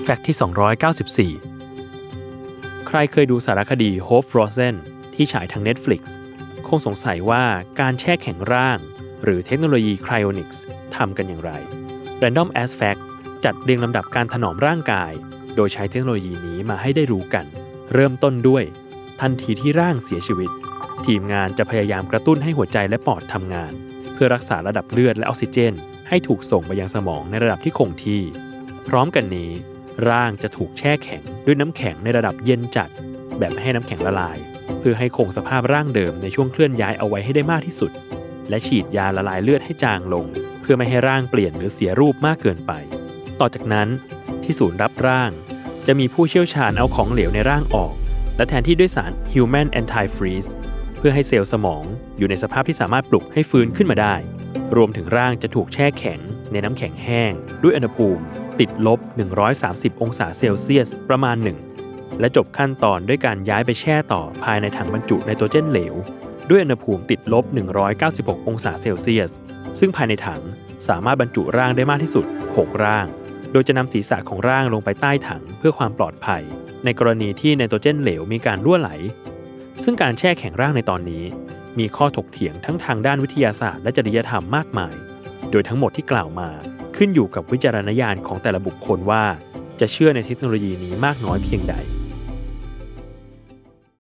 ฟกต์ที่294ใครเคยดูสารคดี Hope Frozen ที่ฉายทาง Netflix คงสงสัยว่าการแช่แข็งร่างหรือเทคโนโลยี Cryonics ทำกันอย่างไร Random as Fact จัดเรียงลำดับการถนอมร่างกายโดยใช้เทคโนโลยีนี้มาให้ได้รู้กันเริ่มต้นด้วยทันทีที่ร่างเสียชีวิตทีมงานจะพยายามกระตุ้นให้หัวใจและปอดทำงานเพื่อรักษาระดับเลือดและออกซิเจนให้ถูกส่งไปยังสมองในระดับที่คงที่พร้อมกันนี้ร่างจะถูกแช่แข็งด้วยน้ำแข็งในระดับเย็นจัดแบบไม่ให้น้ำแข็งละลายเพื่อให้คงสภาพร่างเดิมในช่วงเคลื่อนย้ายเอาไว้ให้ได้มากที่สุดและฉีดยาละลายเลือดให้จางลงเพื่อไม่ให้ร่างเปลี่ยนหรือเสียรูปมากเกินไปต่อจากนั้นที่ศูนย์รับร่างจะมีผู้เชี่ยวชาญเอาของเหลวในร่างออกและแทนที่ด้วยสาร Human Anti-Freeze เพื่อให้เซลล์สมองอยู่ในสภาพที่สามารถปลุกให้ฟื้นขึ้นมาได้รวมถึงร่างจะถูกแช่แข็งในน้ำแข็งแห้งด้วยอุณหภูมิติดลบ130องศาเซลเซียสประมาณ1และจบขั้นตอนด้วยการย้ายไปแช่ต่อภายในถังบรรจุไนโตรเจนเหลวด้วยอุณหภูมิติดลบ196องศาเซลเซียสซึ่งภายในถังสามารถบรรจุร่างได้มากที่สุด6ร่างโดยจะนำศีรษะของร่างลงไปใต้ถังเพื่อความปลอดภัยในกรณีที่ไนโตรเจนเหลวมีการรั่วไหลซึ่งการแช่แข็งร่างในตอนนี้มีข้อถกเถียงทั้งทางด้านวิทยาศาสตร์และจริยธรรมมากมายโดยทั้งหมดที่กล่าวมาขึ้นอยู่กับวิจารณญาณของแต่ละบุคคลว่าจะเชื่อในเทคโนโลยีนี้มากน้อยเพียงใด